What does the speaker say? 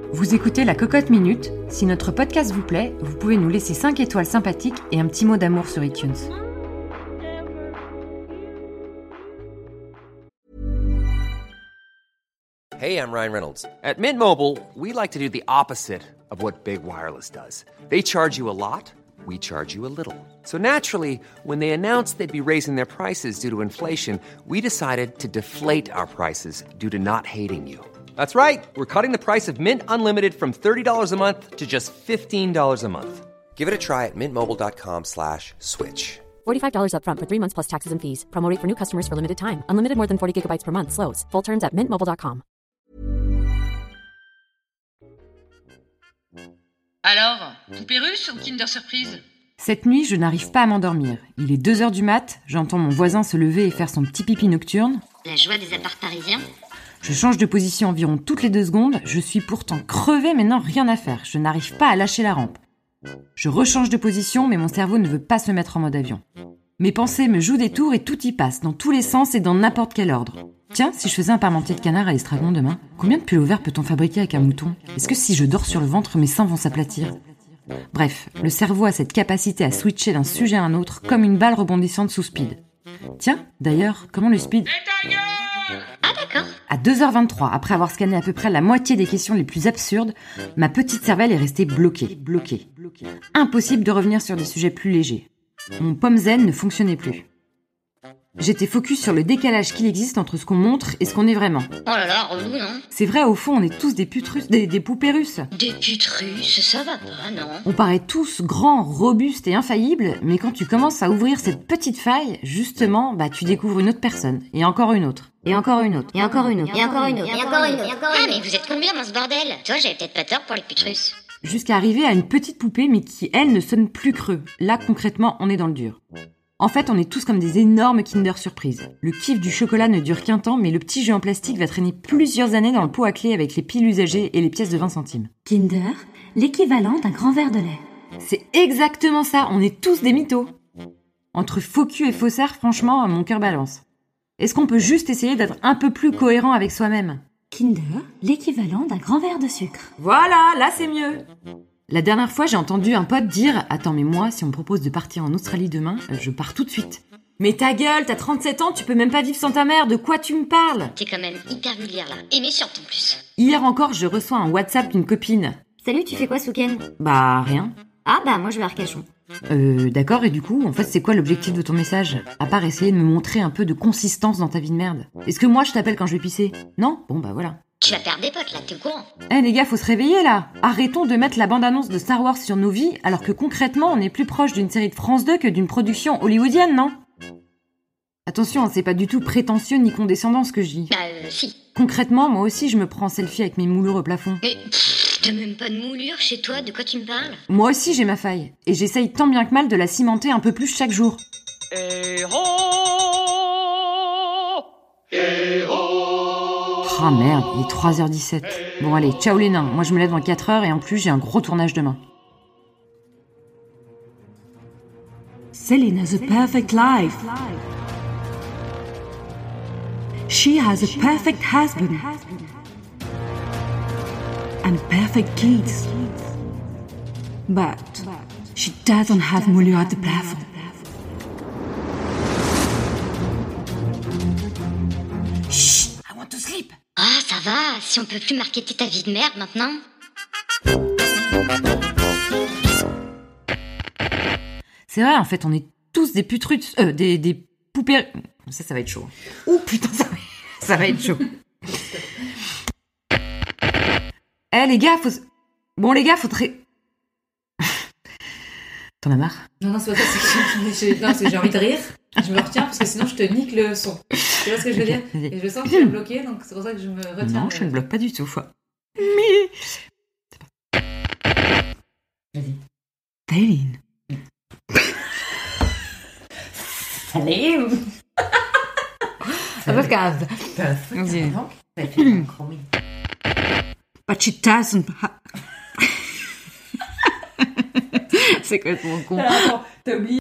Vous écoutez La Cocotte Minute. Si notre podcast vous plaît, vous pouvez nous laisser 5 étoiles sympathiques et un petit mot d'amour sur iTunes. Hey, I'm Ryan Reynolds. At Mint Mobile, we like to do the opposite of what Big Wireless does. They charge you a lot, we charge you a little. So naturally, when they announced they'd be raising their prices due to inflation, we decided to deflate our prices due to not hating you. That's right. We're cutting the price of Mint Unlimited from $30 a month to just $15 a month. Give it a try at mintmobile.com/switch. $45 up front for 3 months plus taxes and fees. Promo rate for new customers for limited time. Unlimited more than 40 gigabytes per month. Slows full terms at mintmobile.com. Alors, poupée russe ou Kinder Surprise ? Cette nuit, je n'arrive pas à m'endormir. Il est 2h du mat, j'entends mon voisin se lever et faire son petit pipi nocturne. La joie des apparts parisiens. Je change de position environ toutes les 2 secondes. Je suis pourtant crevée, mais non, rien à faire. Je n'arrive pas à lâcher la rampe. Je rechange de position, mais mon cerveau ne veut pas se mettre en mode avion. Mes pensées me jouent des tours et tout y passe, dans tous les sens et dans n'importe quel ordre. Tiens, si je faisais un parmentier de canard à l'estragon demain, combien de pulls verts peut-on fabriquer avec un mouton ? Est-ce que si je dors sur le ventre, mes seins vont s'aplatir ? Bref, le cerveau a cette capacité à switcher d'un sujet à un autre comme une balle rebondissante sous speed. Tiens, d'ailleurs, comment le speed ? Ah d'accord. À 2h23, après avoir scanné à peu près la moitié des questions les plus absurdes, ma petite cervelle est restée bloquée. Impossible de revenir sur des sujets plus légers. Mon pomme zen ne fonctionnait plus. J'étais focus sur le décalage qu'il existe entre ce qu'on montre et ce qu'on est vraiment. Oh là là, relou, non ? C'est vrai, au fond, on est tous des putes russes, des poupées russes. Des putes russes, ça va pas, non ? On paraît tous grands, robustes et infaillibles, mais quand tu commences à ouvrir cette petite faille, justement, tu découvres une autre personne, et encore une autre, et encore une autre, et encore une autre, Et encore une autre, et encore une autre. Ah mais vous êtes combien dans ce bordel ? Tu vois, j'avais peut-être pas tort pour les putes russes. jusqu'à arriver à une petite poupée, mais qui, elle, ne sonne plus creux. Là, concrètement, on est dans le dur. En fait, on est tous comme des énormes Kinder Surprise. Le kiff du chocolat ne dure qu'un temps, mais le petit jeu en plastique va traîner plusieurs années dans le pot à clé avec les piles usagées et les pièces de 20 centimes. Kinder, l'équivalent d'un grand verre de lait. C'est exactement ça, on est tous des mythos. Entre faux cul et faussaires, franchement, mon cœur balance. Est-ce qu'on peut juste essayer d'être un peu plus cohérent avec soi-même ? Kinder, l'équivalent d'un grand verre de sucre. Voilà, là c'est mieux. La dernière fois, j'ai entendu un pote dire « Attends, mais moi, si on me propose de partir en Australie demain, je pars tout de suite. » Mais ta gueule, t'as 37 ans, tu peux même pas vivre sans ta mère, de quoi tu me parles ? T'es quand même hyper vulgaire là, et méchante en plus. Hier encore, je reçois un WhatsApp d'une copine. Salut, tu fais quoi ce week-end ? Bah, rien. Ah bah moi je vais à Arcachon. D'accord, et du coup, en fait, c'est quoi l'objectif de ton message ? À part essayer de me montrer un peu de consistance dans ta vie de merde. Est-ce que moi, je t'appelle quand je vais pisser ? Non ? Bon, bah voilà. Tu vas perdre des potes là, t'es au courant ? Les gars, faut se réveiller là. Arrêtons de mettre la bande-annonce de Star Wars sur nos vies, alors que concrètement, on est plus proche d'une série de France 2 que d'une production hollywoodienne, non ? Attention, c'est pas du tout prétentieux ni condescendant ce que je dis. Si. Concrètement, moi aussi, je me prends en selfie avec mes moulures au plafond. Mais t'as même pas de moulure chez toi, de quoi tu me parles ? Moi aussi, j'ai ma faille. Et j'essaye tant bien que mal de la cimenter un peu plus chaque jour. Ah merde, il est 3h17. Bon allez, ciao les nains. Moi je me lève dans 4h et en plus j'ai un gros tournage demain. Céline has a perfect life. She has a perfect husband. And perfect kids. But she doesn't have moulure at the plafond. Chut, I want to sleep. Ah ça va, si on peut plus marketer ta vie de merde maintenant. C'est vrai, en fait, on est tous des putrutes, des poupées... Ça va être chaud. Ouh, putain, ça va être chaud. Les gars, Bon, les gars, T'en as marre ? Non, c'est pas ça, c'est que j'ai envie de rire. Je me retiens parce que sinon je te nique le son. Tu vois ce que je veux dire ? Et je sens que tu es bloqué, donc c'est pour ça que je me retiens. Non, je ne bloque pas du tout. Mais... Vas-y. Céline. Salut. Vas-y. But she doesn't C'est complètement con. Alors, attends, t'as oublié